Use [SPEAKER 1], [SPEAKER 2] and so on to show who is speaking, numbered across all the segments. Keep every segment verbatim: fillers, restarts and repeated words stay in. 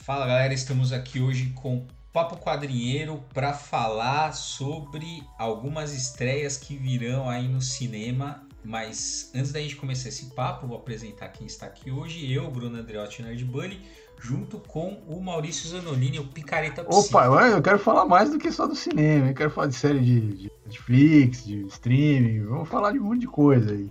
[SPEAKER 1] Fala galera, estamos aqui hoje com Papo Quadrinheiro para falar sobre algumas estreias que virão aí no cinema. Mas antes da gente começar esse papo, vou apresentar quem está aqui hoje. Eu, Bruno Andreotti Nerd Bunny, junto com o Maurício Zanolini, o Picareta Psíquico.
[SPEAKER 2] Opa, eu quero falar mais do que só do cinema. Eu quero falar de série de, de Netflix, de streaming. Vamos falar de um monte de coisa aí.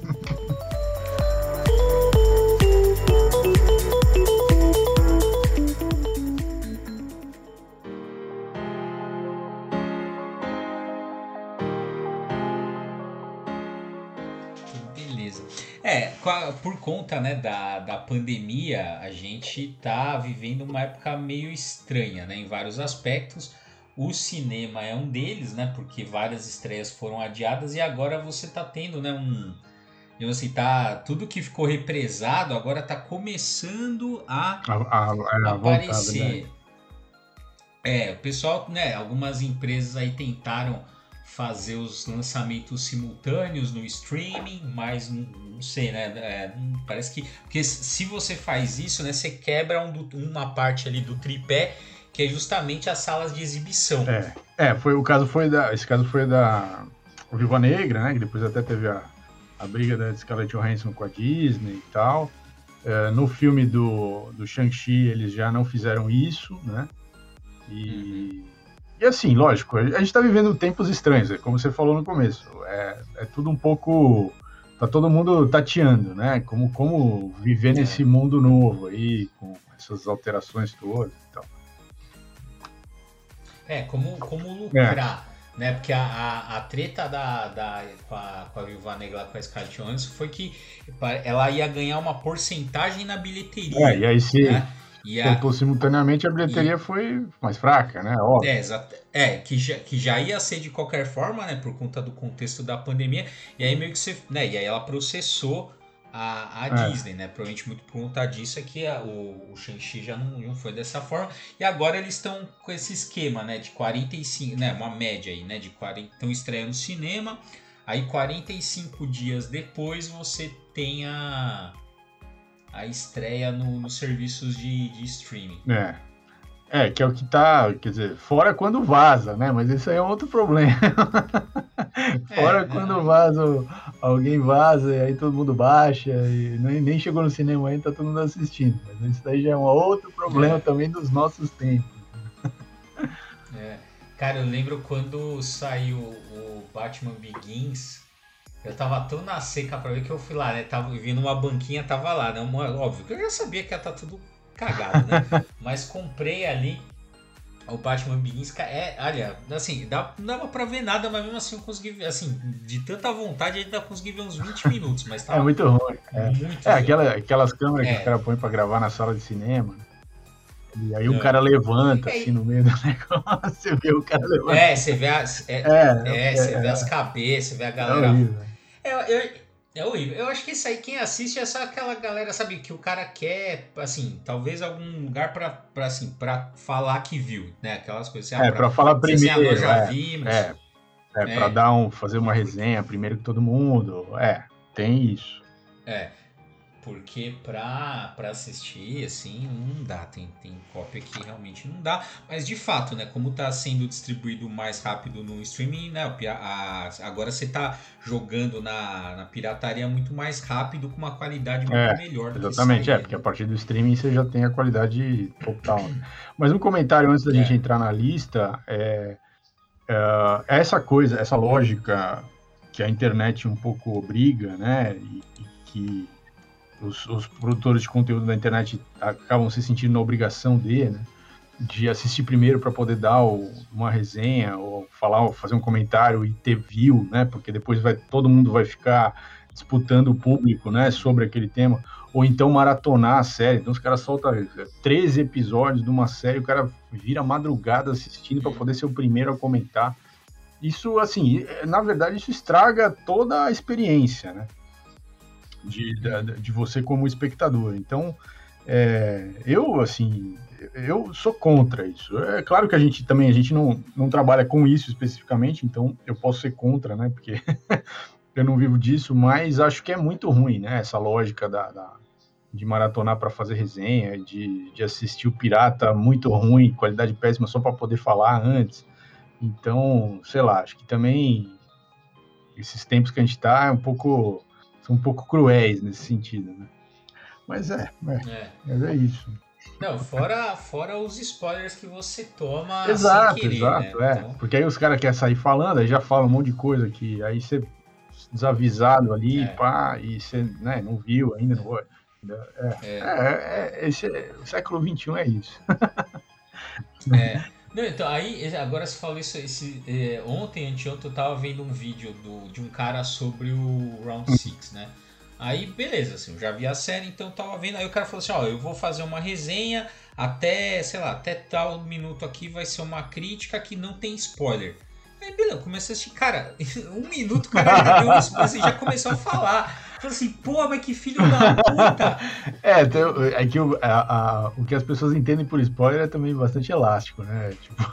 [SPEAKER 1] É, por conta, né, da, da pandemia, a gente tá vivendo uma época meio estranha, né, em vários aspectos. O cinema é um deles, né, porque várias estreias foram adiadas e agora você tá tendo, né, um... assim, tá, tudo que ficou represado agora tá começando a,
[SPEAKER 2] a, a, a
[SPEAKER 1] aparecer.
[SPEAKER 2] Voltar,
[SPEAKER 1] é, o pessoal, né, algumas empresas aí tentaram fazer os lançamentos simultâneos no streaming, mas não, não sei, né? É, parece que... Porque se você faz isso, né? Você quebra um, uma parte ali do tripé, que é justamente as salas de exibição.
[SPEAKER 2] É, é foi, o caso foi da... Esse caso foi da Viúva Negra, né? Que depois até teve a, a briga da Scarlett Johansson com a Disney e tal. É, no filme do, do Shang-Chi, eles já não fizeram isso, né? E... Uhum. E assim, lógico, a gente está vivendo tempos estranhos, como você falou no começo. É, é tudo um pouco... Tá todo mundo tateando, né? Como, como viver é. nesse mundo novo aí, com essas alterações todas e tal.
[SPEAKER 1] É, como, como lucrar, é. né? Porque a, a, a treta da, da, com, a, com a Viúva Negra, com a Scarlett Johansson, foi que ela ia ganhar uma porcentagem na bilheteria.
[SPEAKER 2] É, e aí se...
[SPEAKER 1] Né?
[SPEAKER 2] E a, Soltou simultaneamente, a bilheteria e, foi mais fraca, né?
[SPEAKER 1] Óbvio. É, exato. É, que já, que já ia ser de qualquer forma, né? Por conta do contexto da pandemia. E aí meio que você. Né, e aí ela processou a, a é. Disney, né? Provavelmente muito por conta disso é que a, o, o Shang-Chi já não, não foi dessa forma. E agora eles estão com esse esquema, né? De quarenta e cinco, né? Uma média aí, né? De quarenta. Estão estreando no cinema. Aí quarenta e cinco dias depois você tem a. a estreia no, nos serviços de, de streaming.
[SPEAKER 2] É. é, que é o que tá, quer dizer, fora quando vaza, né? Mas isso aí é um outro problema. fora é, quando é. vaza, alguém vaza e aí todo mundo baixa e nem, nem chegou no cinema ainda, tá todo mundo assistindo. Mas isso daí já é um outro problema é. também dos nossos tempos.
[SPEAKER 1] é. Cara, eu lembro quando saiu o Batman Begins... Eu tava tão na seca pra ver que eu fui lá, né? Tava vindo uma banquinha, tava lá, né? Uma, óbvio que eu já sabia que ia estar tá tudo cagado, né? Mas comprei ali o Batman Begins. É, olha, assim, dá, não dava pra ver nada, mas mesmo assim eu consegui ver, assim, de tanta vontade ainda consegui ver uns vinte minutos, mas tava
[SPEAKER 2] é muito ruim. É,
[SPEAKER 1] muito
[SPEAKER 2] é aquela, aquelas câmeras
[SPEAKER 1] é.
[SPEAKER 2] que os caras põem pra gravar na sala de cinema, né? E aí o cara levanta, é. assim, no meio do negócio, você vê o cara levantando.
[SPEAKER 1] É, você vê as, é, é, é, você vê as cabeças, vê a galera...
[SPEAKER 2] É horrível.
[SPEAKER 1] É, eu, é horrível. Eu acho que isso aí, quem assiste é só aquela galera, sabe, que o cara quer, assim, talvez algum lugar pra, pra, assim, pra falar que viu, né? Aquelas coisas assim.
[SPEAKER 2] É,
[SPEAKER 1] ah,
[SPEAKER 2] pra, pra falar primeiro.
[SPEAKER 1] Assim, ah, já
[SPEAKER 2] é,
[SPEAKER 1] vimos.
[SPEAKER 2] É, é, é, pra dar um, fazer uma resenha primeiro que todo mundo. É, tem isso.
[SPEAKER 1] É. Porque pra, pra assistir, assim, não dá. Tem, tem cópia que realmente não dá. Mas, de fato, né? Como tá sendo distribuído mais rápido no streaming, né? A, a, agora você tá jogando na, na pirataria muito mais rápido, com uma qualidade muito
[SPEAKER 2] é,
[SPEAKER 1] melhor. Do
[SPEAKER 2] exatamente,
[SPEAKER 1] que sair,
[SPEAKER 2] é. Porque a partir do streaming você já tem a qualidade total. Mas um comentário antes da é. gente entrar na lista. É, é, essa coisa, essa lógica que a internet um pouco obriga, né? E, e que... Os, os produtores de conteúdo da internet acabam se sentindo na obrigação de, né, de assistir primeiro para poder dar o, uma resenha ou falar, ou fazer um comentário e ter view, né, porque depois vai, todo mundo vai ficar disputando o público, né, sobre aquele tema, ou então maratonar a série. Então os caras soltam treze episódios de uma série, o cara vira madrugada assistindo para poder ser o primeiro a comentar. Isso, assim, na verdade, isso estraga toda a experiência, né? De, de, de você como espectador. Então, é, eu, assim, eu sou contra isso. É claro que a gente também, a gente não, não trabalha com isso especificamente, então eu posso ser contra, né, porque eu não vivo disso, mas acho que é muito ruim, né, essa lógica da, da, de maratonar para fazer resenha, de, de assistir o Pirata muito ruim, qualidade péssima, só para poder falar antes. Então, sei lá, acho que também esses tempos que a gente está é um pouco, são um pouco cruéis nesse sentido, né? Mas é, é, é. Mas é isso.
[SPEAKER 1] Não, fora, fora os spoilers que você toma
[SPEAKER 2] exato,
[SPEAKER 1] sem querer,
[SPEAKER 2] exato,
[SPEAKER 1] né?
[SPEAKER 2] é.
[SPEAKER 1] Então...
[SPEAKER 2] Porque aí os caras querem sair falando, aí já falam um monte de coisa que aí você desavisado ali, é. pá, e você né, não viu ainda, não é. É, é. É, é, esse, o século vinte e um é isso.
[SPEAKER 1] É. Não, então, aí, agora você falou isso, esse, é, ontem, anteontem, eu tava vendo um vídeo do, de um cara sobre o Round six, né? Aí, beleza, assim, eu já vi a série, então eu tava vendo, aí o cara falou assim, ó, eu vou fazer uma resenha até, sei lá, até tal minuto aqui vai ser uma crítica que não tem spoiler. Aí, beleza, eu comecei a assistir, cara, um minuto o cara já deu um spoiler, assim, já começou a falar. Falei assim, pô, mas que filho da puta!
[SPEAKER 2] É, então, é que o, a, a, o que as pessoas entendem por spoiler é também bastante elástico, né? Tipo...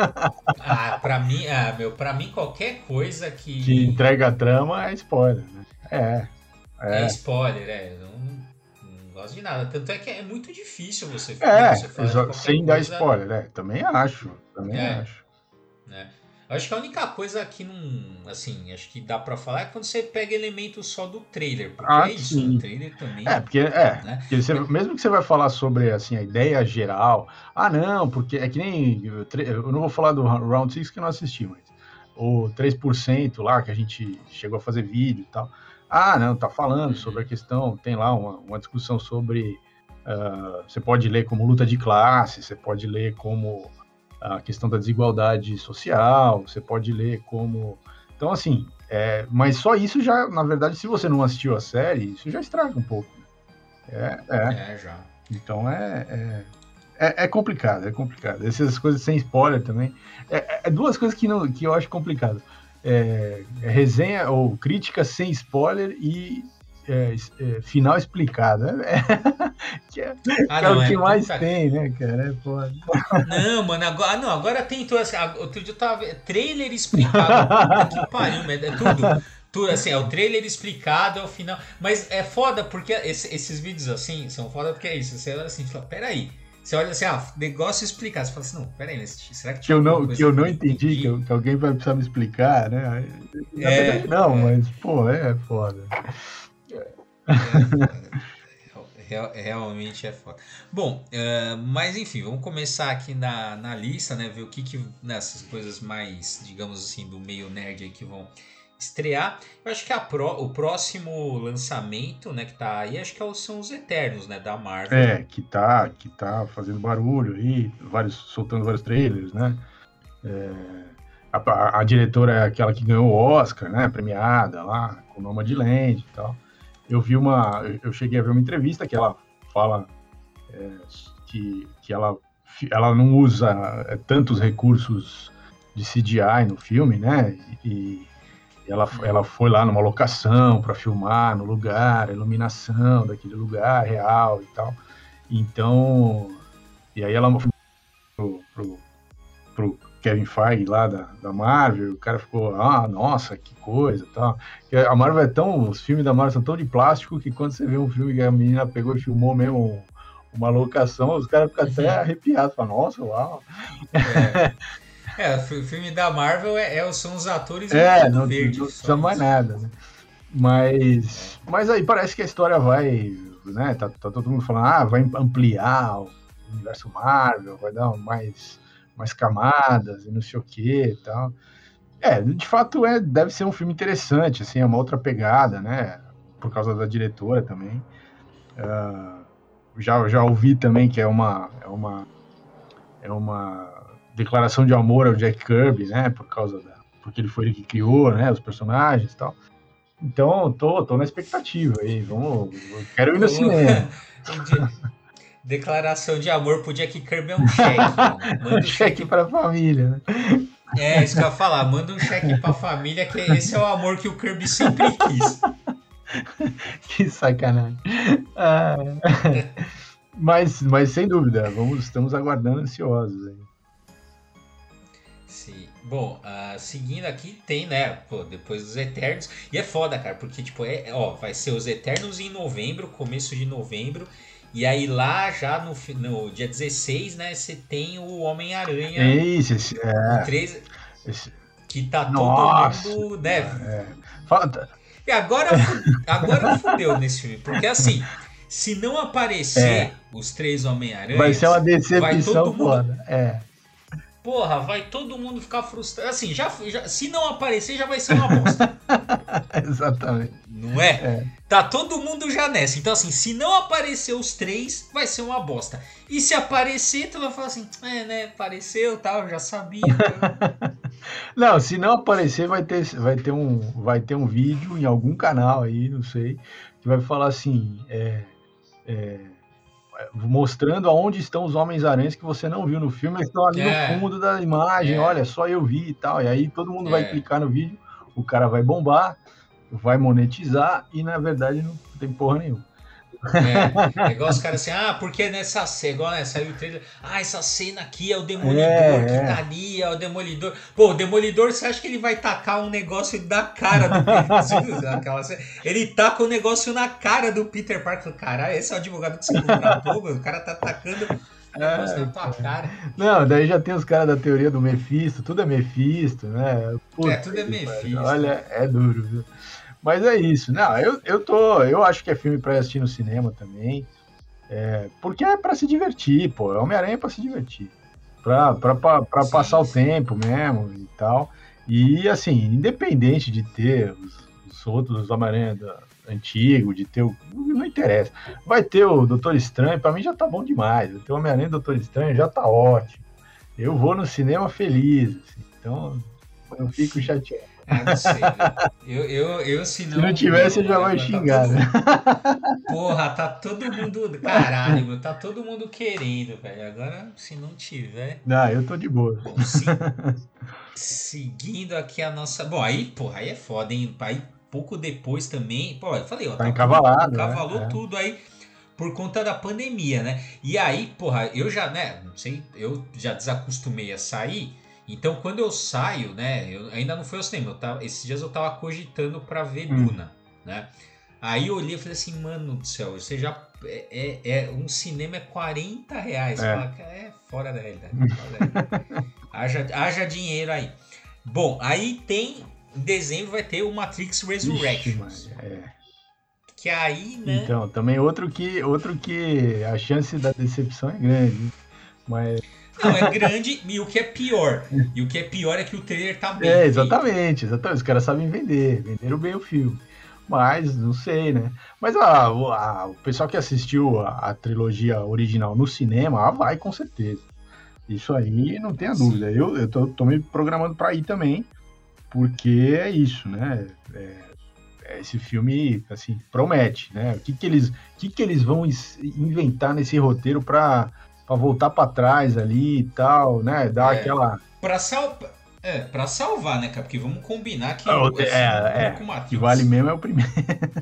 [SPEAKER 1] ah, pra mim, ah, meu, pra mim qualquer coisa que...
[SPEAKER 2] que entrega a trama é spoiler, né? É.
[SPEAKER 1] É, é spoiler, é. Eu não, não gosto de nada. Tanto é que é muito difícil você,
[SPEAKER 2] é,
[SPEAKER 1] você falar de qualquer
[SPEAKER 2] sem
[SPEAKER 1] coisa...
[SPEAKER 2] dar spoiler, é. Também acho, também
[SPEAKER 1] é,
[SPEAKER 2] acho.
[SPEAKER 1] Né? Eu acho que a única coisa que não, assim, acho que dá pra falar é quando você pega elementos só do trailer, porque ah, é isso, sim. O trailer também...
[SPEAKER 2] É, porque, é, né? porque você, mesmo que você vai falar sobre, assim, a ideia geral, ah, não, porque é que nem, eu não vou falar do Round six que eu não assisti, mas o três por cento lá, que a gente chegou a fazer vídeo e tal, ah, não, tá falando sobre a questão, tem lá uma, uma discussão sobre, uh, você pode ler como luta de classe, você pode ler como... a questão da desigualdade social, você pode ler como... Então, assim, é... mas só isso já, na verdade, se você não assistiu a série, isso já estraga um pouco. É,
[SPEAKER 1] é. É, já.
[SPEAKER 2] Então, é, é, é, é complicado, é complicado. Essas coisas sem spoiler também. É, é duas coisas que, não, que eu acho complicado. É, é resenha ou crítica sem spoiler e... É, é, final explicado. É, que é, ah, que não, é o que é mais puta... tem, né, cara? É foda.
[SPEAKER 1] Não, mano, agora, não, agora tem tudo assim. Outro dia eu tava. Trailer explicado. Puta que pariu, é tudo. Tudo assim, é o trailer explicado, é o final. Mas é foda porque esse, esses vídeos assim são foda porque é isso. Você olha assim e fala, peraí. Você olha assim, ah, negócio explicado. Você fala assim, não, peraí, mas será que
[SPEAKER 2] tinha que eu não, que eu não entendi, entendi? Que, eu, que alguém vai precisar me explicar, né? Na
[SPEAKER 1] é,
[SPEAKER 2] verdade, não, é. Mas, pô, é foda.
[SPEAKER 1] É, realmente é foda. Bom, uh, mas enfim, vamos começar aqui na, na lista, né? Ver o que que nessas coisas mais, digamos assim, do meio nerd aí que vão estrear. Eu acho que a pro, o próximo lançamento, né, que tá aí, acho que são os Eternos, né, da Marvel.
[SPEAKER 2] É, que tá, que tá fazendo barulho aí, vários, soltando vários trailers, né? É, a, a, a diretora é aquela que ganhou o Oscar, né? Premiada lá, com Nomadland e tal. Eu vi uma, eu cheguei a ver uma entrevista que ela fala é, que, que ela, ela não usa é, tantos recursos de C G I no filme, né? E, e ela, ela foi lá numa locação para filmar no lugar, a iluminação daquele lugar real e tal. Então, e aí ela pro, pro, pro Kevin Feige lá da, da Marvel, o cara ficou, ah, nossa, que coisa e tal. A Marvel é tão, os filmes da Marvel são tão de plástico que quando você vê um filme que a menina pegou e filmou mesmo uma locação, os caras ficam até arrepiados, falam, nossa, uau.
[SPEAKER 1] É, é, o filme da Marvel é, é, são os atores
[SPEAKER 2] é, não, verde, não precisa mais nada, né? Mas, é. mas aí parece que a história vai, né, tá, tá todo mundo falando, ah, vai ampliar o universo Marvel, vai dar mais... mais camadas e não sei o que e tal. É, de fato, é, deve ser um filme interessante, assim, é uma outra pegada, né? Por causa da diretora também. Uh, já, já ouvi também que é uma, é uma, é uma declaração de amor ao Jack Kirby, né? Por causa da... porque ele foi ele que criou, né? Os personagens e tal. Então, tô, tô na expectativa aí. Vamos, eu quero ir no cinema.
[SPEAKER 1] Declaração de amor pro Jack Kirby é um cheque.
[SPEAKER 2] Manda um cheque pra família, né?
[SPEAKER 1] É, isso que eu ia falar. Manda um cheque pra família, que esse é o amor que o Kirby sempre quis.
[SPEAKER 2] Que sacanagem. Ah, mas, mas sem dúvida, vamos, estamos aguardando ansiosos aí.
[SPEAKER 1] Sim. Bom, uh, seguindo aqui tem, né, pô, depois dos Eternos. E é foda, cara, porque, tipo, é, ó, vai ser os Eternos em novembro, começo de novembro. E aí lá já no, no dia dezesseis, né, você tem o Homem-Aranha.
[SPEAKER 2] É isso, esse, é.
[SPEAKER 1] O três,
[SPEAKER 2] esse...
[SPEAKER 1] que tá
[SPEAKER 2] Nossa,
[SPEAKER 1] todo mundo, né?
[SPEAKER 2] É. Fala...
[SPEAKER 1] E agora, agora fudeu nesse filme, porque assim, se não aparecer é. os três Homem-Aranhas,
[SPEAKER 2] vai ser uma decepção
[SPEAKER 1] vai todo mundo...
[SPEAKER 2] foda. É.
[SPEAKER 1] Porra, vai todo mundo ficar frustrado. Assim, já, já, se não aparecer, já vai ser uma bosta.
[SPEAKER 2] Exatamente.
[SPEAKER 1] Não é? é? Tá todo mundo já nessa. Então, assim, se não aparecer os três, vai ser uma bosta. E se aparecer, tu vai falar assim, é, né, apareceu, tal, tá, já sabia.
[SPEAKER 2] Não, se não aparecer, vai ter, vai, ter um, vai ter um vídeo em algum canal aí, não sei, que vai falar assim, é... é... mostrando aonde estão os Homens-Aranhas que você não viu no filme, eles estão ali é. no fundo da imagem, é. olha, só eu vi e tal, e aí todo mundo é. vai clicar no vídeo, o cara vai bombar, vai monetizar, e na verdade não tem porra nenhuma.
[SPEAKER 1] É, é igual os caras assim, ah, porque nessa cena, igual né, saiu o trailer, ah, essa cena aqui é o Demolidor é, que é. tá ali, é o Demolidor. Pô, o Demolidor, você acha que ele vai tacar um negócio da cara do Peter? Aquela cena, ele taca o um negócio na cara do Peter Parker. Caralho, esse é o advogado que você contratou, o cara tá atacando o negócio é, na tua cara.
[SPEAKER 2] Não, daí já tem os caras da teoria do Mephisto, tudo é Mephisto, né?
[SPEAKER 1] Puta, é, tudo é Mephisto.
[SPEAKER 2] Olha, é duro, viu? Mas é isso, não, eu, eu tô, eu acho que é filme pra assistir no cinema também, é, porque é pra se divertir, pô, Homem-Aranha é pra se divertir, pra, pra, pra, pra sim, passar sim. o tempo mesmo e tal, e assim, independente de ter os, os outros Homem-Aranha antigos, de ter o, não interessa, vai ter o Doutor Estranho, pra mim já tá bom demais, ter o Homem-Aranha e o Doutor Estranho já tá ótimo, eu vou no cinema feliz, assim, então eu fico chateado.
[SPEAKER 1] Ah, não sei, eu, eu, eu se não...
[SPEAKER 2] Se não tivesse, eu já vai xingar,
[SPEAKER 1] tá
[SPEAKER 2] né?
[SPEAKER 1] Porra, tá todo mundo... Caralho, meu, tá todo mundo querendo, velho. Agora, se não tiver...
[SPEAKER 2] Não, eu tô de boa.
[SPEAKER 1] Bom, se... seguindo aqui a nossa... Bom, aí, porra, aí é foda, hein? Aí, pouco depois também... Pô, eu falei, ó...
[SPEAKER 2] Tá, tá encavalado,
[SPEAKER 1] tudo, encavalou
[SPEAKER 2] né?
[SPEAKER 1] tudo aí por conta da pandemia, né? E aí, porra, eu já, né... Não sei, eu já desacostumei a sair... Então, quando eu saio, né, eu ainda não fui ao cinema, eu tava, esses dias eu tava cogitando pra ver hum. Duna, né? Aí eu olhei e falei assim, mano do céu, você já, é, é, é um cinema é quarenta reais, é, fala, é fora da realidade, fora da realidade. haja, haja dinheiro aí. Bom, aí tem, em dezembro vai ter o Matrix Resurrections.
[SPEAKER 2] Ixi, é.
[SPEAKER 1] Que aí, né...
[SPEAKER 2] Então, também outro que, outro que a chance da decepção é grande, mas...
[SPEAKER 1] Não, é grande e o que é pior. E o que é pior é que o trailer tá bem
[SPEAKER 2] É, exatamente, exatamente. Os caras sabem vender, venderam bem o filme. Mas, não sei, né? Mas a, a, o pessoal que assistiu a, a trilogia original no cinema, ah, vai com certeza. Isso aí, não tenha Sim. dúvida. Eu, eu tô, tô me programando pra ir também, porque é isso, né? É, é, esse filme, assim, promete, né? O que que eles, o que que eles vão inventar nesse roteiro pra... Pra voltar pra trás ali e tal, né? Dar
[SPEAKER 1] é,
[SPEAKER 2] aquela...
[SPEAKER 1] Pra, sal... é, pra salvar, né, cara? Porque vamos combinar que...
[SPEAKER 2] Ah, assim, é, é. Que vale mesmo é o primeiro.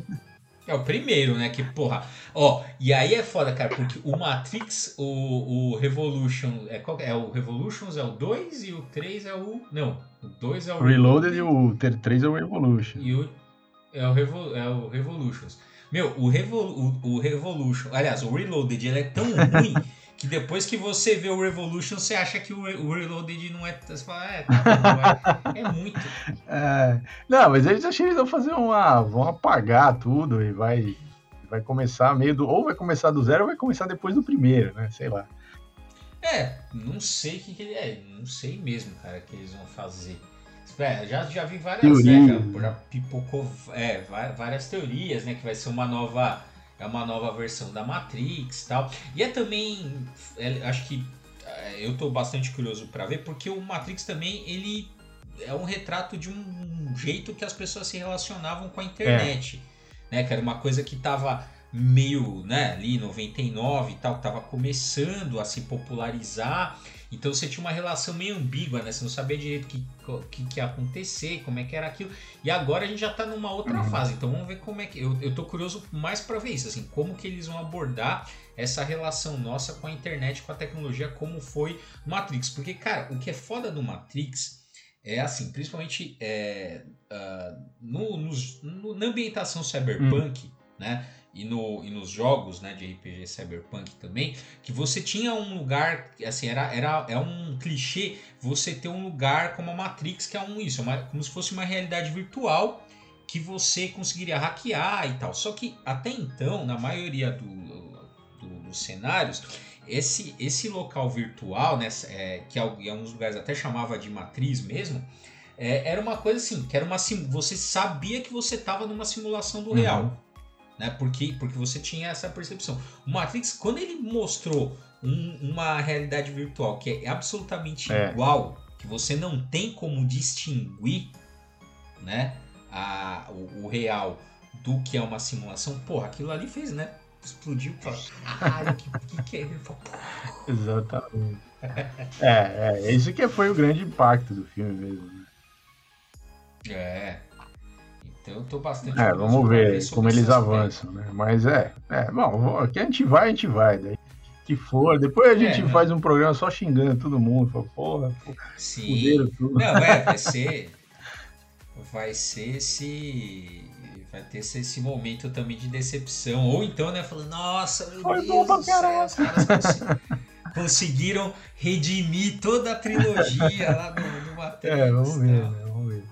[SPEAKER 1] É o primeiro, né? Que porra... Ó, e aí é foda, cara, porque o Matrix, o, o Revolution... É, qual... é o Revolutions é o dois e o três é o... Não, o dois é o...
[SPEAKER 2] Reloaded e o três é o Revolution.
[SPEAKER 1] E o... É o, Revo... é o Revolutions. Meu, o, Revol... o, o Revolution... Aliás, o Reloaded, ele é tão ruim... que depois que você vê o Revolution, você acha que o, o Reloaded não é... Você fala, é, tá bom, é, é muito.
[SPEAKER 2] É, não, mas eles acham que eles vão fazer uma... Vão apagar tudo e vai, vai começar meio do... Ou vai começar do zero ou vai começar depois do primeiro, né? Sei lá.
[SPEAKER 1] É, não sei o que, que ele é. Não sei mesmo, cara, que eles vão fazer. É, já, já vi várias... Né, já, já pipocou é, várias teorias, né? Que vai ser uma nova... É uma nova versão da Matrix e tal. E é também... É, acho que é, eu tô bastante curioso para ver, porque o Matrix também, ele é um retrato de um jeito que as pessoas se relacionavam com a internet. É. Né? Que era uma coisa que tava meio, né, ali em noventa e nove e tal, tava começando a se popularizar. Então você tinha uma relação meio ambígua, né? Você não sabia direito o que, que, que ia acontecer, como é que era aquilo. E agora a gente já tá numa outra uhum. fase. Então vamos ver como é que... Eu, eu tô curioso mais pra ver isso, assim. Como que eles vão abordar essa relação nossa com a internet, com a tecnologia, como foi Matrix. Porque, cara, o que é foda do Matrix é assim, principalmente é, uh, no, nos, no, na ambientação cyberpunk, hum. né? E, no, e nos jogos, né, de R P G cyberpunk também, que você tinha um lugar, assim, era, era, é um clichê você ter um lugar como a Matrix, que é um isso, uma, como se fosse uma realidade virtual que você conseguiria hackear e tal. Só que até então, na maioria do, do, dos cenários, esse, esse local virtual, né, é, que em alguns lugares até chamava de matriz mesmo, é, era uma coisa assim, que era uma você sabia que você estava numa simulação do real. Uhum. Né? Porque, porque você tinha essa percepção. O Matrix, quando ele mostrou um, uma realidade virtual que é absolutamente é. igual, que você não tem como distinguir, né, a, o, o real do que é uma simulação, porra, aquilo ali fez, né? Explodiu e falou, caralho, que, que que é isso?
[SPEAKER 2] Exatamente. É, é, isso que foi o grande impacto do filme mesmo. Né?
[SPEAKER 1] É. Então eu tô bastante
[SPEAKER 2] É, vamos ver, ver como eles avançam, né? Mas é, é, bom, aqui a gente vai, a gente vai, daí que for, depois a gente é, faz um programa só xingando todo mundo, fala, porra, porra,
[SPEAKER 1] sim, tudo. Não, é, vai ser, vai ser esse, vai ter esse, esse momento também de decepção, ou então, né, falando, nossa, meu Foi Deus do céu, os caras consegui, conseguiram redimir toda a trilogia lá do, do Matrix.
[SPEAKER 2] É, vamos ver, né, vamos ver.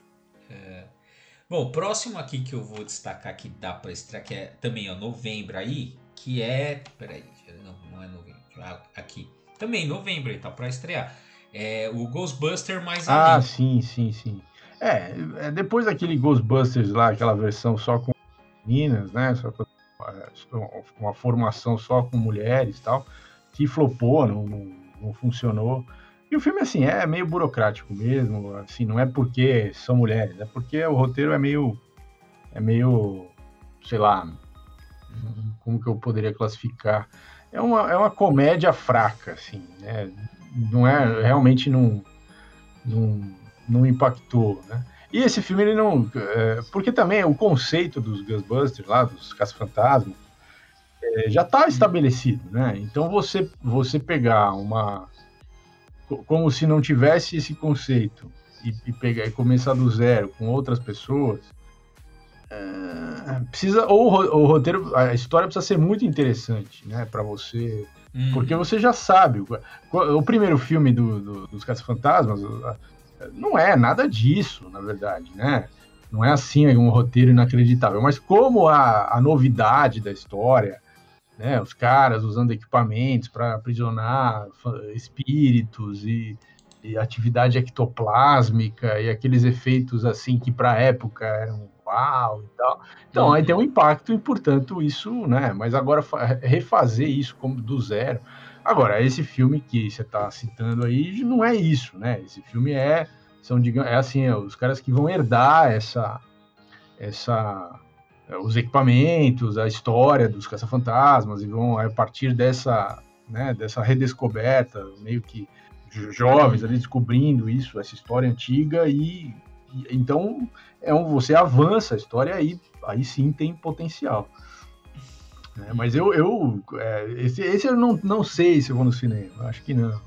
[SPEAKER 1] Bom, o próximo aqui que eu vou destacar que dá pra estrear, que é também ó, novembro aí, que é... Peraí, não, não é novembro. Ah, aqui. Também novembro aí, tá pra estrear. É o Ghostbuster mais
[SPEAKER 2] além. Ah, sim, sim, sim. É, é, depois daquele Ghostbusters lá, aquela versão só com meninas, né? Só com uma formação só com mulheres e tal, que flopou, não, não, não funcionou. E o filme, assim, é meio burocrático mesmo, assim, não é porque são mulheres, é porque o roteiro é meio, é meio, sei lá, como que eu poderia classificar? É uma, é uma comédia fraca, assim, né? Não é, realmente não, não, não impactou, né? E esse filme, ele não... É, porque também o conceito dos Ghostbusters lá, dos Caça-Fantasmas, é, já está estabelecido, né? Então, você, você pegar uma... como se não tivesse esse conceito e, e pegar e começar do zero com outras pessoas, é, precisa ou o roteiro, a história precisa ser muito interessante, né, para você, uhum. Porque você já sabe o, o primeiro filme do, do, dos Caça-Fantasmas não é nada disso, na verdade, né? Não é assim um roteiro inacreditável, mas como a, a novidade da história, né, os caras usando equipamentos para aprisionar espíritos e, e atividade ectoplásmica e aqueles efeitos assim que para a época eram uau e tal. Então, uhum. Aí tem um impacto e, portanto, isso, né? Mas agora refazer isso como do zero. Agora, esse filme que você está citando aí não é isso, né? Esse filme é, são, digamos, é assim, é os caras que vão herdar essa... essa os equipamentos, a história dos caça-fantasmas, e vão, a partir dessa, né, dessa redescoberta, meio que jovens ali descobrindo isso, essa história antiga, e, e então é um, você avança a história, aí, aí sim tem potencial. É, mas eu, eu é, esse, esse eu não, não sei se eu vou no cinema, acho que não.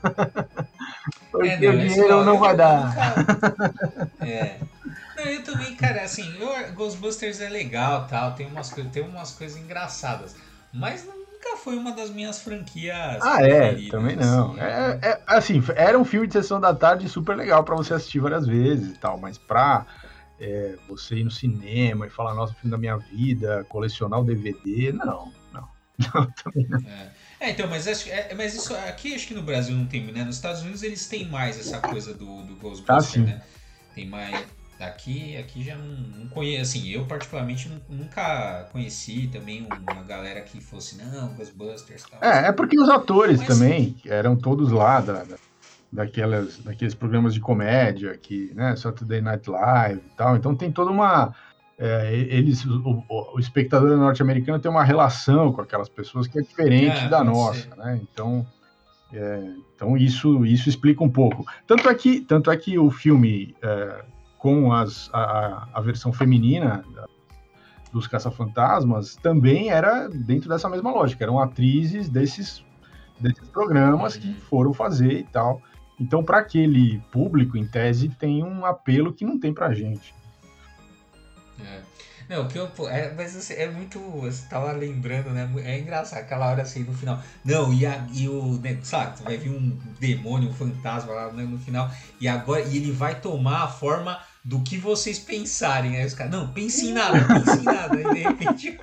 [SPEAKER 2] Porque é, não, o dinheiro não vai dar.
[SPEAKER 1] Nunca... É. Não, eu também, cara, assim, eu, Ghostbusters é legal, tal, tem umas, tem umas coisas engraçadas, mas nunca foi uma das minhas franquias
[SPEAKER 2] ah, preferidas. É, também não. Assim, é, é, assim, era um filme de sessão da tarde super legal pra você assistir várias vezes e tal, mas pra é, você ir no cinema e falar, nossa, filme da minha vida, colecionar o D V D, não, não. Não, também não.
[SPEAKER 1] É. É, então, mas, acho, é, mas isso aqui acho que no Brasil não tem, né? Nos Estados Unidos eles têm mais essa coisa do, do Ghostbuster, ah, né? Tem mais... Aqui, aqui já não, não conheço, assim, eu particularmente nunca conheci também uma galera que fosse, não, Ghostbusters e tal.
[SPEAKER 2] É, é porque os atores mas... também eram todos lá da, da, daquelas, daqueles programas de comédia, que, né, Saturday Night Live e tal, então tem toda uma... É, eles, o, o espectador norte-americano tem uma relação com aquelas pessoas que é diferente é, da nossa, ser. Né? Então, é, então isso, isso explica um pouco. Tanto é que, tanto é que o filme, é, com as, a, a versão feminina da, dos Caça-Fantasmas, também era dentro dessa mesma lógica. Eram atrizes desses, desses programas que foram fazer e tal. Então, para aquele público, em tese, tem um apelo que não tem pra gente.
[SPEAKER 1] É. Não, que eu, é, mas assim, é muito. Você tava lembrando, né? É engraçado aquela hora assim no final. Não, e, a, e o. Né, sabe, vai vir um demônio, um fantasma lá, né, no final. E agora e ele vai tomar a forma do que vocês pensarem. Aí os caras, não, pense em nada, pense em nada. Aí de repente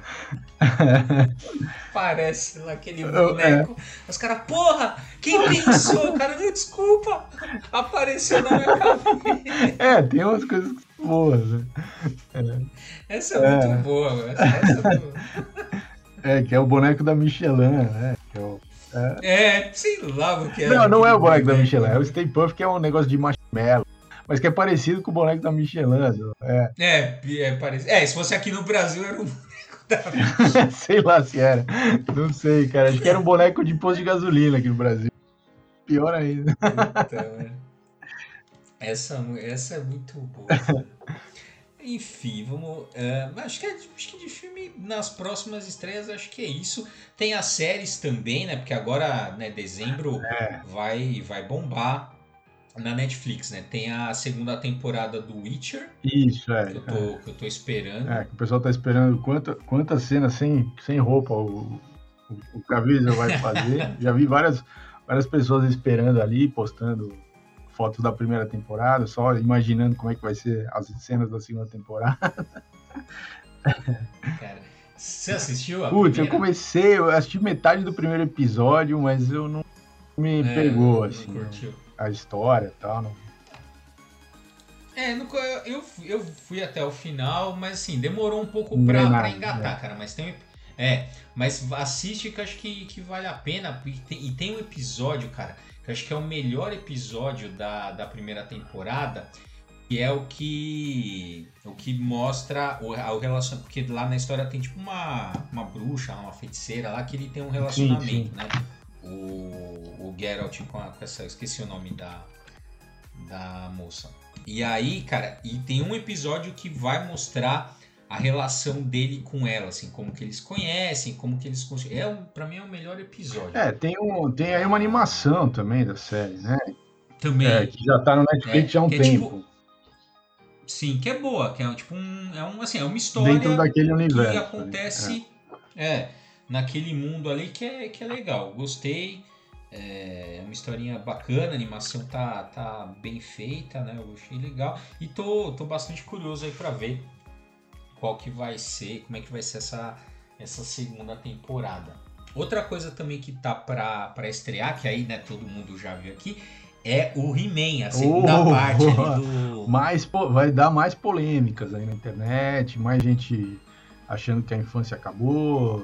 [SPEAKER 1] aparece lá aquele boneco. Os caras, porra, quem pensou? O cara, não, desculpa, apareceu na minha cabeça.
[SPEAKER 2] É, tem umas coisas boas, né?
[SPEAKER 1] É. Essa é, é muito boa, mano. Essa, essa é, muito...
[SPEAKER 2] é, que é o boneco da Michelin, né? Que é, o,
[SPEAKER 1] é... é, sei lá o que é.
[SPEAKER 2] Não, não é o boneco da Michelin, é o Stay Puft, que é um negócio de marshmallow. Mas que é parecido com o boneco da Michelin.
[SPEAKER 1] É, é, é parecido. É, se fosse aqui no Brasil era um boneco da Michelin.
[SPEAKER 2] Sei lá se era. Não sei, cara. Acho que era um boneco de posto de gasolina aqui no Brasil. Pior ainda.
[SPEAKER 1] Puta, essa, essa é muito boa. Enfim, vamos. Uh, acho, que é, acho que de filme nas próximas estreias, acho que é isso. Tem as séries também, né? Porque agora, né, dezembro
[SPEAKER 2] é.
[SPEAKER 1] vai, vai bombar na Netflix, né? Tem a segunda temporada do Witcher.
[SPEAKER 2] Isso, é.
[SPEAKER 1] Que eu tô, é. que eu tô esperando.
[SPEAKER 2] É, que o pessoal tá esperando quanta, quantas cenas sem, sem roupa o, o, o Caviezel vai fazer. Já vi várias, várias pessoas esperando ali, postando fotos da primeira temporada, só imaginando como é que vai ser as cenas da segunda temporada.
[SPEAKER 1] Cara, você assistiu a
[SPEAKER 2] Putz,
[SPEAKER 1] primeira?
[SPEAKER 2] eu comecei, eu assisti metade do primeiro episódio, mas eu não me é, pegou, não, assim, não curtiu. A história e tal. Não...
[SPEAKER 1] É, no, eu, eu fui até o final, mas assim, demorou um pouco pra, nada, pra engatar, é. cara, mas tem é, mas assiste que eu acho que, que vale a pena, e tem, e tem um episódio, cara, que eu acho que é o melhor episódio da, da primeira temporada, que é o que o que mostra o, o relacionamento, porque lá na história tem tipo uma, uma bruxa, uma feiticeira lá, que ele tem um relacionamento, sim, sim. né, o, o Geralt com, a, com essa, eu esqueci o nome da, da moça. E aí, cara, e tem um episódio que vai mostrar a relação dele com ela, assim, como que eles conhecem, como que eles... É, pra mim é o melhor episódio.
[SPEAKER 2] É, tem, um, tem aí uma animação também da série, né?
[SPEAKER 1] Também.
[SPEAKER 2] É, que já tá no Netflix é, há um tempo. É tipo,
[SPEAKER 1] sim, que é boa, que é tipo um... É, um, assim, é uma história
[SPEAKER 2] dentro daquele universo,
[SPEAKER 1] que acontece é. é, naquele mundo ali que é, que é legal. Gostei. É uma historinha bacana, a animação tá, tá bem feita, né? Eu achei legal. E tô, tô bastante curioso aí pra ver qual que vai ser, como é que vai ser essa, essa segunda temporada. Outra coisa também que tá pra, pra estrear, que aí, né, todo mundo já viu aqui, é o He-Man, a segunda oh, parte ali do...
[SPEAKER 2] Mais, vai dar mais polêmicas aí na internet, mais gente achando que a infância acabou.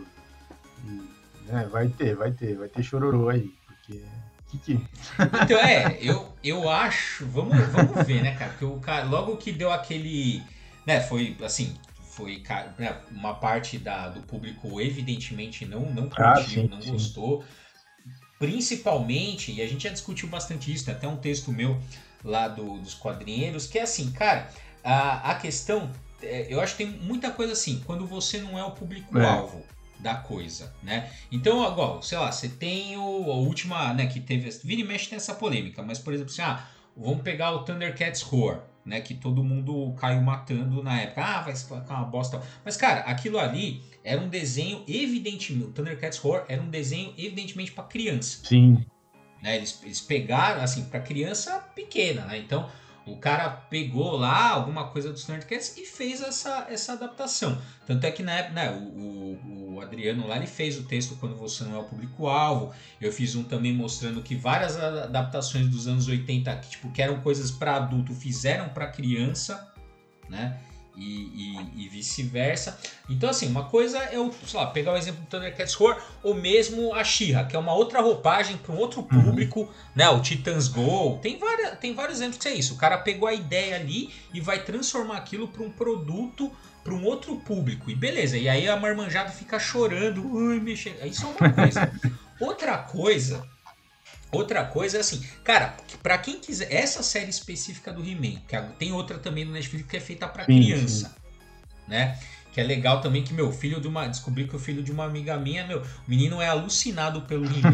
[SPEAKER 2] E, né, vai ter, vai ter, vai ter chororô aí. Porque... Que que...
[SPEAKER 1] Então, é, eu, eu acho... Vamos, vamos ver, né, cara? Porque o cara, logo que deu aquele... Né, foi, assim... Foi uma parte da, do público evidentemente não, não curtiu, ah, sim, não sim. gostou. Principalmente, e a gente já discutiu bastante isso, tem até um texto meu lá do, dos quadrinheiros, que é assim, cara, a, a questão, eu acho que tem muita coisa assim, quando você não é o público-alvo é. da coisa, né? Então, agora, sei lá, você tem o, a última, né, que teve, vira e mexe tem essa polêmica, mas por exemplo assim, ah, vamos pegar o Thundercats Roar, né, que todo mundo caiu matando na época. Ah, vai ficar uma bosta. Mas, cara, aquilo ali era um desenho evidentemente... O Thundercats Roar era um desenho evidentemente para criança.
[SPEAKER 2] Sim.
[SPEAKER 1] Né, eles, eles pegaram, assim, para criança pequena, né? Então, o cara pegou lá alguma coisa dos Thundercats e fez essa, essa adaptação. Tanto é que, na época, né, o, o, o Adriano lá, ele fez o texto Quando Você Não É o Público-Alvo. Eu fiz um também mostrando que várias adaptações dos anos oitenta, que, tipo, que eram coisas para adulto, fizeram para criança, né? E, e, e vice-versa. Então, assim, uma coisa é o, sei lá, pegar o exemplo do Thundercats Roar, ou mesmo a She-Ra, que é uma outra roupagem para um outro público, uhum. né? O Titans Go. Tem, várias, tem vários exemplos que é isso. O cara pegou a ideia ali e vai transformar aquilo para um produto, para um outro público. E beleza, e aí a marmanjada fica chorando. Ui, mexe... Isso é uma coisa. Outra coisa... Outra coisa é assim, cara, pra quem quiser, essa série específica do He-Man, que tem outra também no Netflix que é feita pra sim, criança, sim. né? Que é legal também que, meu, filho de uma... Descobri que o filho de uma amiga minha, meu, o menino é alucinado pelo He-Man.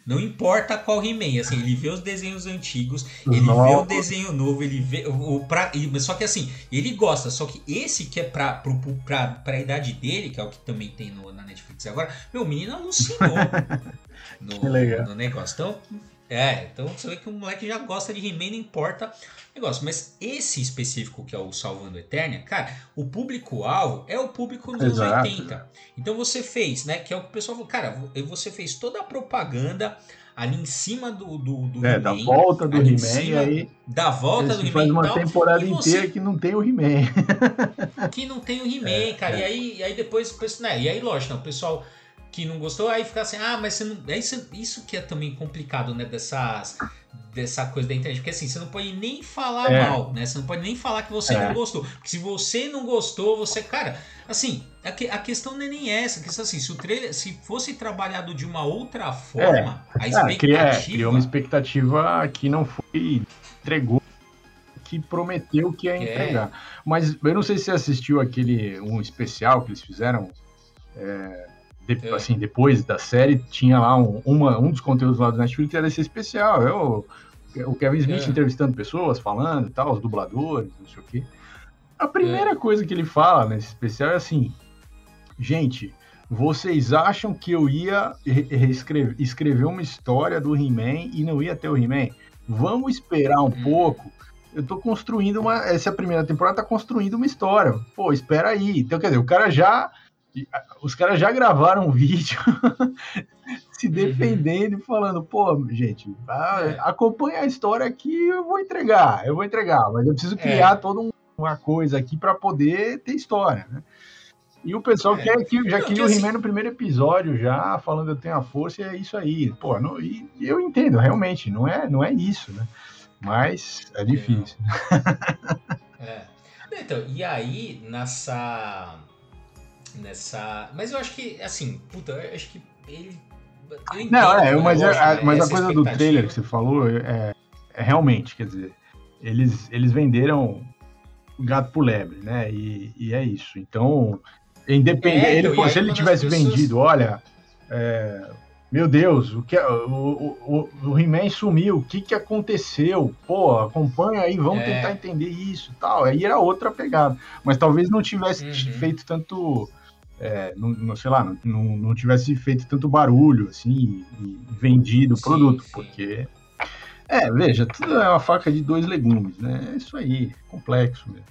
[SPEAKER 1] Não importa qual He-Man, assim, ele vê os desenhos antigos, ele
[SPEAKER 2] Nossa.
[SPEAKER 1] vê o desenho novo, ele vê o, o pra, só que assim, ele gosta, só que esse que é pra, pro, pra, pra idade dele, que é o que também tem no, na Netflix agora, meu menino alucinou no, no negócio. Então, é, então você vê que o moleque já gosta de He-Man, não importa o negócio. Mas esse específico que é o Salvando Eternia, cara, o público-alvo é o público dos anos
[SPEAKER 2] Exato.
[SPEAKER 1] oitenta. Então você fez, né, que é o que o pessoal falou, cara, você fez toda a propaganda ali em cima do, do, do
[SPEAKER 2] É,
[SPEAKER 1] He-Man.
[SPEAKER 2] da volta do He-Man, e aí
[SPEAKER 1] da volta do He-Man
[SPEAKER 2] faz uma
[SPEAKER 1] e tal,
[SPEAKER 2] temporada
[SPEAKER 1] e
[SPEAKER 2] inteira
[SPEAKER 1] você...
[SPEAKER 2] que não tem o He-Man.
[SPEAKER 1] Que não tem o He-Man,
[SPEAKER 2] é,
[SPEAKER 1] cara.
[SPEAKER 2] é.
[SPEAKER 1] E, aí, e aí depois, né, e aí lógico, né, o pessoal que não gostou, aí fica assim, ah, mas você não... É isso, isso que é também complicado, né, dessas... dessa coisa da internet, porque assim, você não pode nem falar
[SPEAKER 2] É.
[SPEAKER 1] mal, né? Você não pode nem falar que você
[SPEAKER 2] É.
[SPEAKER 1] não gostou. Porque se você não gostou, você, cara, assim, a, que, a questão não é nem essa, a questão assim, se o trailer, se fosse trabalhado de uma outra forma,
[SPEAKER 2] É.
[SPEAKER 1] a
[SPEAKER 2] Ah,
[SPEAKER 1] expectativa...
[SPEAKER 2] cria- é, criou uma expectativa que não foi, entregou, que prometeu que ia entregar.
[SPEAKER 1] É.
[SPEAKER 2] Mas eu não sei se você assistiu aquele, um especial que eles fizeram, é, de,
[SPEAKER 1] É.
[SPEAKER 2] assim, depois da série, tinha lá um, uma, um dos conteúdos lá do Netflix que era esse especial, eu, o Kevin Smith
[SPEAKER 1] É.
[SPEAKER 2] entrevistando pessoas, falando e tal, os dubladores, não sei o quê. A primeira
[SPEAKER 1] É.
[SPEAKER 2] coisa que ele fala nesse especial é assim, gente, vocês acham que eu ia reescrever, escrever uma história do He-Man e não ia ter o He-Man? Vamos esperar um
[SPEAKER 1] Hum.
[SPEAKER 2] pouco. Eu tô construindo uma... Essa primeira temporada tá construindo uma história. Pô, espera aí. Então, quer dizer, o cara já... Os caras já gravaram um vídeo se defendendo e falando, pô, gente,
[SPEAKER 1] É.
[SPEAKER 2] acompanha a história aqui, eu vou entregar, eu vou entregar, mas eu preciso criar
[SPEAKER 1] É.
[SPEAKER 2] toda um, uma coisa aqui para poder ter história, né? E o pessoal
[SPEAKER 1] É.
[SPEAKER 2] quer que já
[SPEAKER 1] Não,
[SPEAKER 2] queria
[SPEAKER 1] que
[SPEAKER 2] o
[SPEAKER 1] assim-
[SPEAKER 2] He-Man no primeiro episódio, já falando eu tenho a força e é isso aí. Pô, não, e eu entendo, realmente, não é, não é isso, né? Mas é difícil.
[SPEAKER 1] É. Então, e aí, nessa. Nessa. Mas eu acho que, assim, puta, eu acho que ele. Eu entendo,
[SPEAKER 2] Não, é,
[SPEAKER 1] né,
[SPEAKER 2] mas,
[SPEAKER 1] lógico,
[SPEAKER 2] a,
[SPEAKER 1] né,
[SPEAKER 2] mas a
[SPEAKER 1] essa
[SPEAKER 2] coisa do
[SPEAKER 1] expectativa.
[SPEAKER 2] trailer que você falou é, é realmente, quer dizer, eles, eles venderam gato por lebre, né? E, e é isso. Então, independente.
[SPEAKER 1] É, então,
[SPEAKER 2] ele,
[SPEAKER 1] e
[SPEAKER 2] pô,
[SPEAKER 1] aí
[SPEAKER 2] se ele
[SPEAKER 1] quando as
[SPEAKER 2] tivesse
[SPEAKER 1] pessoas-
[SPEAKER 2] vendido, olha, é, meu Deus, o, que, o, o, o He-Man sumiu, o que, que aconteceu? Pô, acompanha aí, vamos
[SPEAKER 1] É.
[SPEAKER 2] tentar entender isso e tal. Aí era outra pegada. Mas talvez não tivesse
[SPEAKER 1] Uhum.
[SPEAKER 2] feito tanto. É, não, não, sei lá, não, não tivesse feito tanto barulho, assim, e, e vendido o
[SPEAKER 1] Sim,
[SPEAKER 2] produto,
[SPEAKER 1] sim.
[SPEAKER 2] porque. É, veja, tudo é uma faca de dois legumes, né? É isso aí, complexo mesmo.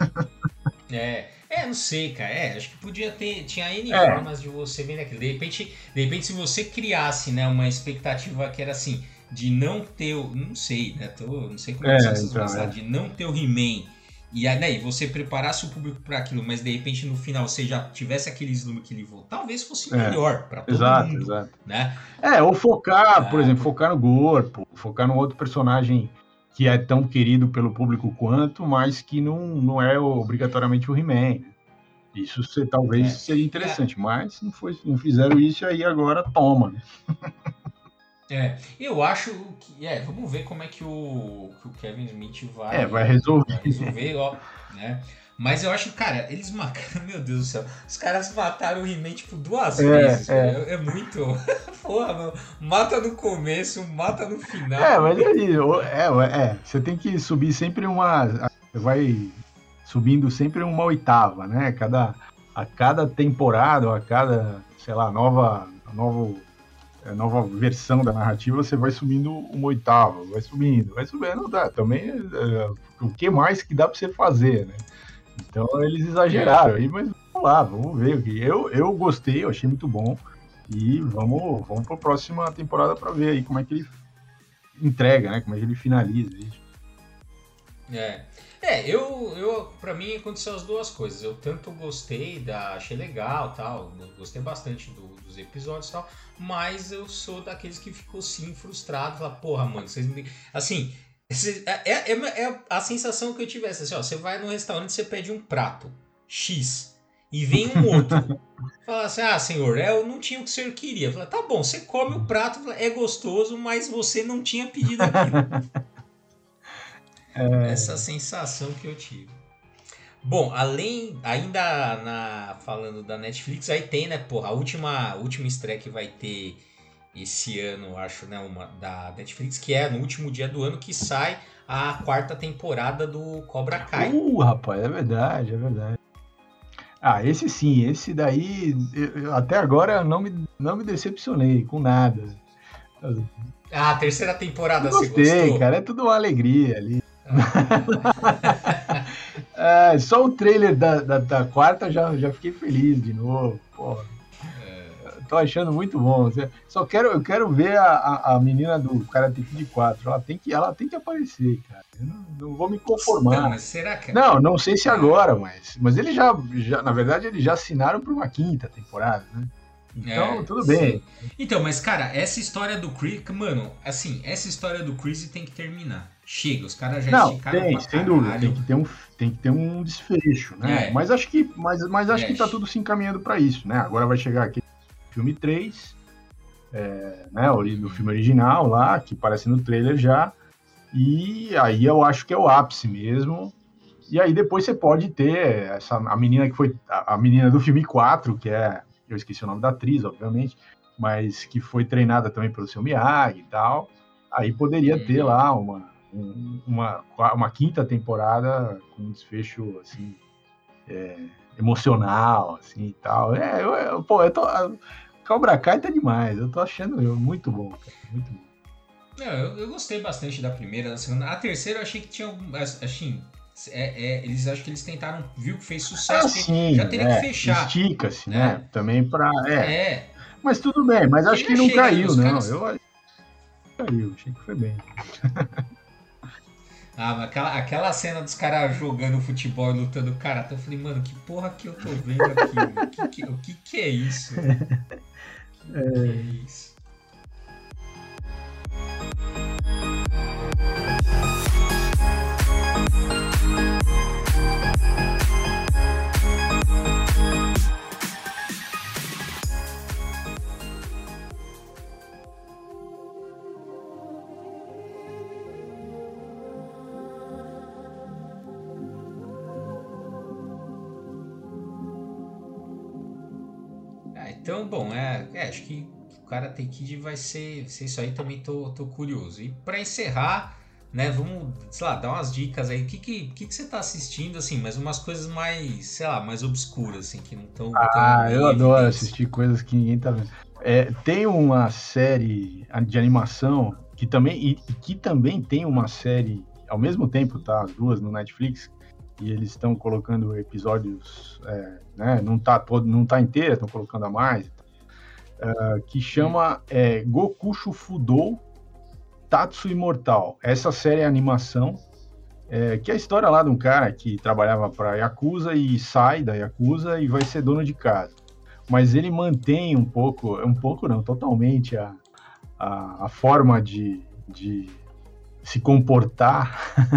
[SPEAKER 1] É, é, não sei, cara. É, acho que podia ter. Tinha N
[SPEAKER 2] É.
[SPEAKER 1] formas de você vender aquilo. De repente, de repente, se você criasse, né, uma expectativa que era assim, de não ter o. Não sei, né? Tô, não sei como
[SPEAKER 2] É,
[SPEAKER 1] são essas
[SPEAKER 2] então,
[SPEAKER 1] coisas lá,
[SPEAKER 2] é.
[SPEAKER 1] de não ter o He-Man. E aí, né, você preparasse o público para aquilo, mas de repente no final você já tivesse aquele slump que ele voltou, talvez fosse
[SPEAKER 2] É.
[SPEAKER 1] melhor para todo
[SPEAKER 2] Exato,
[SPEAKER 1] mundo,
[SPEAKER 2] exato.
[SPEAKER 1] né?
[SPEAKER 2] É, ou focar, por
[SPEAKER 1] Ah,
[SPEAKER 2] exemplo,
[SPEAKER 1] por-
[SPEAKER 2] focar no corpo, focar num outro personagem que é tão querido pelo público quanto, mas que não, não é obrigatoriamente o He-Man. né? Isso se- talvez
[SPEAKER 1] É.
[SPEAKER 2] seria interessante, mas não, foi, não fizeram isso e aí agora toma. né?
[SPEAKER 1] É, eu acho que. É, vamos ver como é que o, que o Kevin Smith vai,
[SPEAKER 2] É, vai resolver.
[SPEAKER 1] vai resolver, ó, né? Mas eu acho que, cara, eles mataram. Meu Deus do céu. Os caras mataram o He-Man, tipo, duas
[SPEAKER 2] É,
[SPEAKER 1] vezes.
[SPEAKER 2] é.
[SPEAKER 1] velho. É, é muito. Porra, meu. Mata no começo, mata no final.
[SPEAKER 2] É, mas é isso. É, é, você tem que subir sempre uma. Você vai subindo sempre uma oitava, né? Cada, a cada temporada, a cada, sei lá, nova, nova, nova versão da narrativa, você vai subindo uma oitava, vai subindo, vai subindo. Não dá. Também, é, o que mais que dá pra você fazer, né? Então eles exageraram aí, mas vamos lá, vamos ver. Eu, eu gostei, eu achei muito bom. E vamos, vamos para a próxima temporada para ver aí como é que ele entrega, né? Como é que ele finaliza isso.
[SPEAKER 1] É. É, eu, eu, pra mim aconteceu as duas coisas. Eu tanto gostei da. Achei legal tal. Gostei bastante do, dos episódios e tal. Mas eu sou daqueles que ficou sim frustrado. Fala, porra, mano, vocês me. Assim. É, é, é a sensação que eu tivesse. Assim, ó, você vai no restaurante e você pede um prato X. E vem um outro. Fala assim, ah, senhor, eu não tinha o que o senhor queria. Fala, tá bom, você come o prato, é gostoso, mas você não tinha pedido aquilo.
[SPEAKER 2] É...
[SPEAKER 1] Essa sensação que eu tive. Bom, além, ainda na, falando da Netflix, aí tem, né, porra, a última, a última estreia que vai ter esse ano, acho, né, uma da Netflix, que é no último dia do ano que sai a quarta temporada do Cobra Kai.
[SPEAKER 2] Uh, rapaz, é verdade, é verdade. Ah, esse sim, esse daí, eu, até agora não me, não me decepcionei com nada.
[SPEAKER 1] Ah, a terceira temporada
[SPEAKER 2] eu
[SPEAKER 1] você
[SPEAKER 2] gostei,
[SPEAKER 1] gostou?
[SPEAKER 2] cara, é tudo uma alegria ali.
[SPEAKER 1] Ah.
[SPEAKER 2] é, só o trailer da, da, da quarta já, já fiquei feliz de novo, porra. Tô achando muito bom. Só quero, eu quero ver a, a, a menina do Karate Kid quatro. Ela tem que, ela tem que aparecer, cara. Eu não, não vou me conformar.
[SPEAKER 1] Não, mas será que...
[SPEAKER 2] Não, não sei se agora, mas, mas eles já, já, na verdade, eles já assinaram para uma quinta temporada, né? Então, é, tudo bem.
[SPEAKER 1] Sim. Então, mas, cara, essa história do Chris... Mano, assim, essa história do Chris tem que terminar. Chega, os caras já
[SPEAKER 2] não,
[SPEAKER 1] esticaram
[SPEAKER 2] tem,
[SPEAKER 1] pra
[SPEAKER 2] sem
[SPEAKER 1] caralho.
[SPEAKER 2] dúvida. Tem que ter um, tem que ter um desfecho, né? É. Mas acho que, mas, mas acho é. que tá tudo se encaminhando para isso, né? Agora vai chegar aqui filme três, é, né, do filme original lá, que aparece no trailer já, e aí eu acho que é o ápice mesmo, e aí depois você pode ter essa, a menina que foi, a, a menina do filme quatro, que é, eu esqueci o nome da atriz, obviamente, mas que foi treinada também pelo seu Miyagi e tal, aí poderia uhum. ter lá uma, uma, uma quinta temporada com um desfecho, assim, é, emocional, assim, e tal. É, eu, eu, pô, eu tô... Cobra Kai tá demais, eu tô achando eu, muito bom, cara, muito bom.
[SPEAKER 1] Não, eu, eu gostei bastante da primeira, da segunda. A terceira eu achei que tinha, assim, é, é, eles acho que eles tentaram, viu que fez sucesso,
[SPEAKER 2] ah, sim,
[SPEAKER 1] já teria
[SPEAKER 2] é,
[SPEAKER 1] que fechar.
[SPEAKER 2] Estica-se, né? né? Também pra... É.
[SPEAKER 1] é.
[SPEAKER 2] Mas tudo bem, mas acho que não caiu,
[SPEAKER 1] aí,
[SPEAKER 2] não.
[SPEAKER 1] Caras...
[SPEAKER 2] Eu caiu, achei que foi bem.
[SPEAKER 1] Ah, mas aquela, aquela cena dos caras jogando futebol e lutando karate, eu falei, mano, que porra que eu tô vendo aqui, mano? Que que, o que que é isso?
[SPEAKER 2] É...
[SPEAKER 1] O que é isso? Então, bom, é, é, acho que o Karate Kid vai ser, ser isso aí, também tô, tô curioso. E pra encerrar, né, vamos, sei lá, dar umas dicas aí. O que que, que, que você tá assistindo, assim, mas umas coisas mais, sei lá, mais obscuras, assim, que não estão...
[SPEAKER 2] Ah, eu adoro assistir coisas que ninguém tá vendo. É, tem uma série de animação que também, e, que também tem uma série, ao mesmo tempo, tá, as duas no Netflix, e eles estão colocando episódios, é, né, não tá todo, não tá inteira, estão colocando a mais, uh, que chama é, Goku Shufudou Tatsu Imortal. Essa série é animação, é, que é a história lá de um cara que trabalhava para Yakuza e sai da Yakuza e vai ser dono de casa. Mas ele mantém um pouco, um pouco não, totalmente a, a, a forma de, de se comportar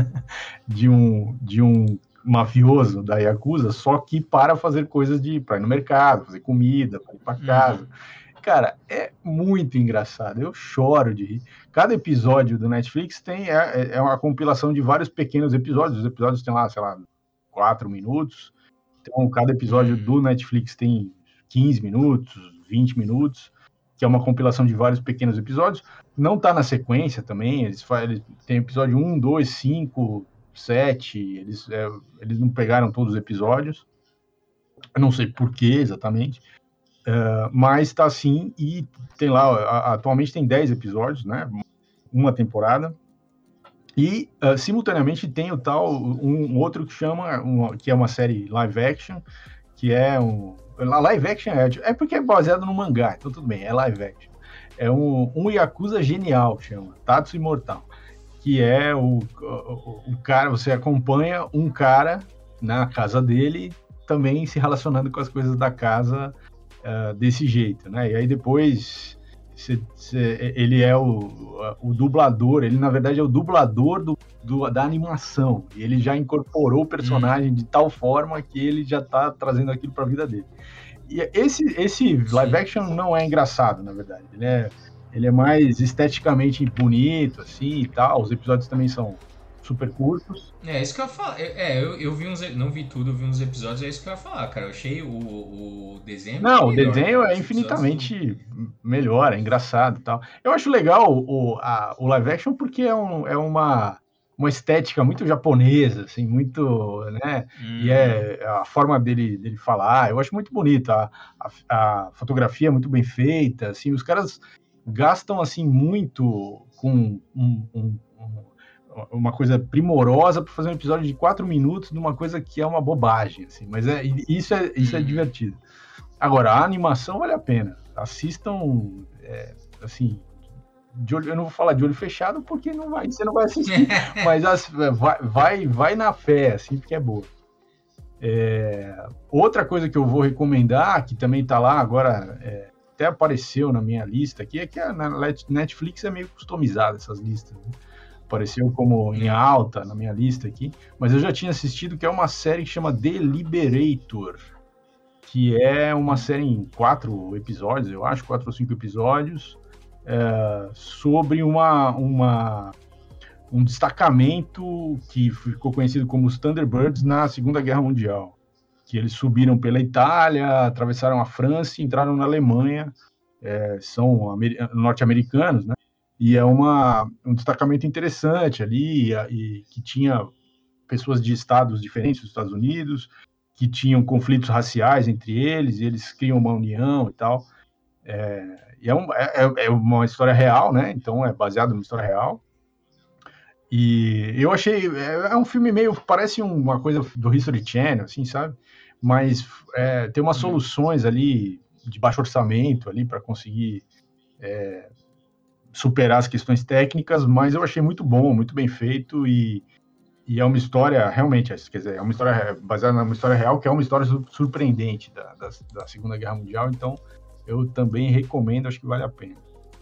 [SPEAKER 2] de um, de um mafioso da Yakuza, só que para fazer coisas de... para ir no mercado, fazer comida, para ir para casa. Uhum. Cara, é muito engraçado, eu choro de rir. Cada episódio do Netflix tem, é, é uma compilação de vários pequenos episódios, os episódios têm lá, sei lá, quatro minutos, então cada episódio do Netflix tem quinze minutos, vinte minutos, que é uma compilação de vários pequenos episódios, não tá na sequência também, eles, eles têm episódio um, dois, cinco, sete, eles, é, eles não pegaram todos os episódios, eu não sei por que exatamente, uh, mas tá assim, e tem lá, a, atualmente tem dez episódios, né, uma temporada, e uh, simultaneamente tem o tal, um, um outro que chama, um, que é uma série live action, que é um, live action é, é porque é baseado no mangá, então tudo bem, é live action, é um, um Yakuza genial, chama, Tatsu Imortal, que é o, o, o cara, você acompanha um cara na casa dele, também se relacionando com as coisas da casa uh, desse jeito, né? E aí depois cê, cê, ele é o, o dublador, ele na verdade é o dublador do, do, da animação, e ele já incorporou o personagem hum. de tal forma que ele já tá trazendo aquilo para a vida dele. E esse, esse live action não é engraçado, na verdade, ele é... Ele é mais esteticamente bonito, assim, e tal. Os episódios também são super curtos.
[SPEAKER 1] É, isso que eu ia falar. É, eu, eu vi uns. Não vi tudo, eu vi uns episódios, é isso que eu ia falar, cara. Eu achei o, o desenho.
[SPEAKER 2] Não,
[SPEAKER 1] melhor,
[SPEAKER 2] o desenho
[SPEAKER 1] cara.
[SPEAKER 2] é infinitamente do... melhor, é engraçado e tal. Eu acho legal o, a, o live action porque é, um, é uma, uma estética muito japonesa, assim, muito, né? Hum. E é a forma dele, dele falar, eu acho muito bonito. A, a, a fotografia é muito bem feita, assim, os caras gastam, assim, muito com um, um, um uma coisa primorosa para fazer um episódio de quatro minutos de uma coisa que é uma bobagem, assim, mas é, isso, é, isso é divertido. Agora, a animação vale a pena. Assistam, é, assim, de olho, eu não vou falar de olho fechado porque não vai, você não vai assistir, mas as, vai, vai, vai na fé, assim, porque é boa. É, outra coisa que eu vou recomendar, que também está lá agora, é, até apareceu na minha lista aqui, é que a Netflix é meio customizada, essas listas, né? Apareceu como em alta na minha lista aqui, mas eu já tinha assistido, que é uma série que chama The Liberator, que é uma série em quatro episódios, eu acho, quatro ou cinco episódios, é, sobre uma, uma, um destacamento que ficou conhecido como os Thunderbirds na Segunda Guerra Mundial, que eles subiram pela Itália, atravessaram a França e entraram na Alemanha, é, são norte-americanos, né? E é uma, um destacamento interessante ali, e, e que tinha pessoas de estados diferentes dos Estados Unidos, que tinham conflitos raciais entre eles, e eles criam uma união e tal. É, e é, um, é, é uma história real, né? Então é baseado numa história real. E eu achei... É, é um filme meio... Parece uma coisa do History Channel, assim, sabe? Mas é, tem umas soluções ali de baixo orçamento ali para conseguir... É, superar as questões técnicas, mas eu achei muito bom, muito bem feito, e, e é uma história, realmente, quer dizer, é uma história baseada numa história real, que é uma história surpreendente da, da, da Segunda Guerra Mundial, então eu também recomendo, acho que vale a pena.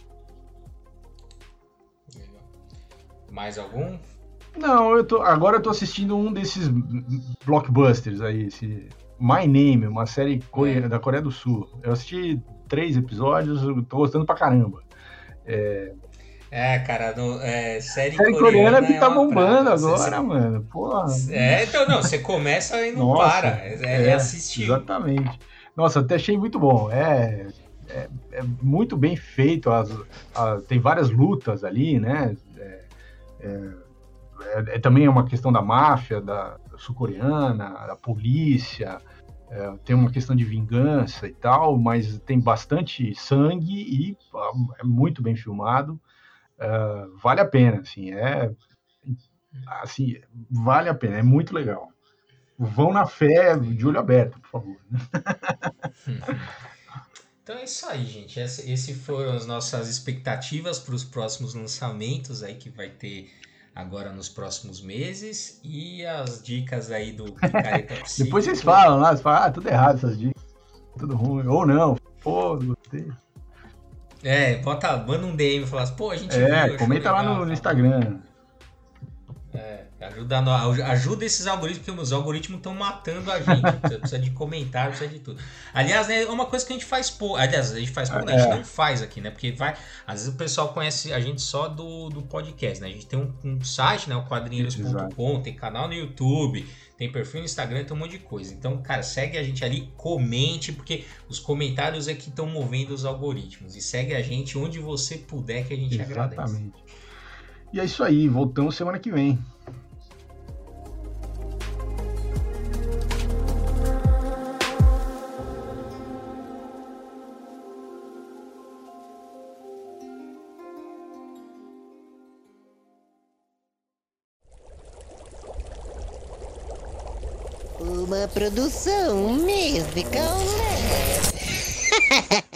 [SPEAKER 1] Mais algum?
[SPEAKER 2] Não, eu tô, agora eu tô assistindo um desses blockbusters aí, esse My Name, uma série Coreia, da Coreia do Sul. Eu assisti três episódios, eu tô gostando pra caramba. É,
[SPEAKER 1] é cara, no, é, série,
[SPEAKER 2] série
[SPEAKER 1] coreana,
[SPEAKER 2] coreana que tá
[SPEAKER 1] é
[SPEAKER 2] bombando
[SPEAKER 1] praga,
[SPEAKER 2] agora,
[SPEAKER 1] você,
[SPEAKER 2] mano. Porra.
[SPEAKER 1] É, então não, você começa e não
[SPEAKER 2] Nossa,
[SPEAKER 1] para, é, é, é assistir.
[SPEAKER 2] Exatamente. Nossa, até achei muito bom. É, é, é muito bem feito. As, as, tem várias lutas ali, né? É, é, é, também é uma questão da máfia, da, da sul-coreana, da polícia. É, tem uma questão de vingança e tal, mas tem bastante sangue e é muito bem filmado. É, vale a pena, assim, é assim, vale a pena, é muito legal. Vão na fé, de olho aberto, por favor.
[SPEAKER 1] Então é isso aí, gente. Essas foram as nossas expectativas para os próximos lançamentos aí que vai ter agora nos próximos meses, e as dicas aí do Picareta Psíquico.
[SPEAKER 2] Depois vocês falam lá, vocês falam, ah, tudo errado essas dicas, tudo ruim, ou não, pô, gostei.
[SPEAKER 1] É, bota, manda um D M e fala assim, pô, a gente
[SPEAKER 2] É,
[SPEAKER 1] viu,
[SPEAKER 2] comenta
[SPEAKER 1] legal,
[SPEAKER 2] lá no,
[SPEAKER 1] tá,
[SPEAKER 2] no Instagram.
[SPEAKER 1] É, ajuda, ajuda esses algoritmos, porque os algoritmos estão matando a gente. Precisa, precisa de comentário, precisa de tudo. Aliás, né, é uma coisa que a gente faz pouco. Aliás, a gente faz pouco, é. a gente não faz aqui, né? Porque vai. Às vezes o pessoal conhece a gente só do, do podcast, né? A gente tem um, um site, né? O quadrinhos ponto com, tem canal no YouTube, tem perfil no Instagram, tem um monte de coisa. Então, cara, segue a gente ali, comente, porque os comentários é que estão movendo os algoritmos. E segue a gente onde você puder, que a gente
[SPEAKER 2] Exatamente.
[SPEAKER 1] agradece.
[SPEAKER 2] E é isso aí, voltamos semana que vem.
[SPEAKER 3] Uma produção musical.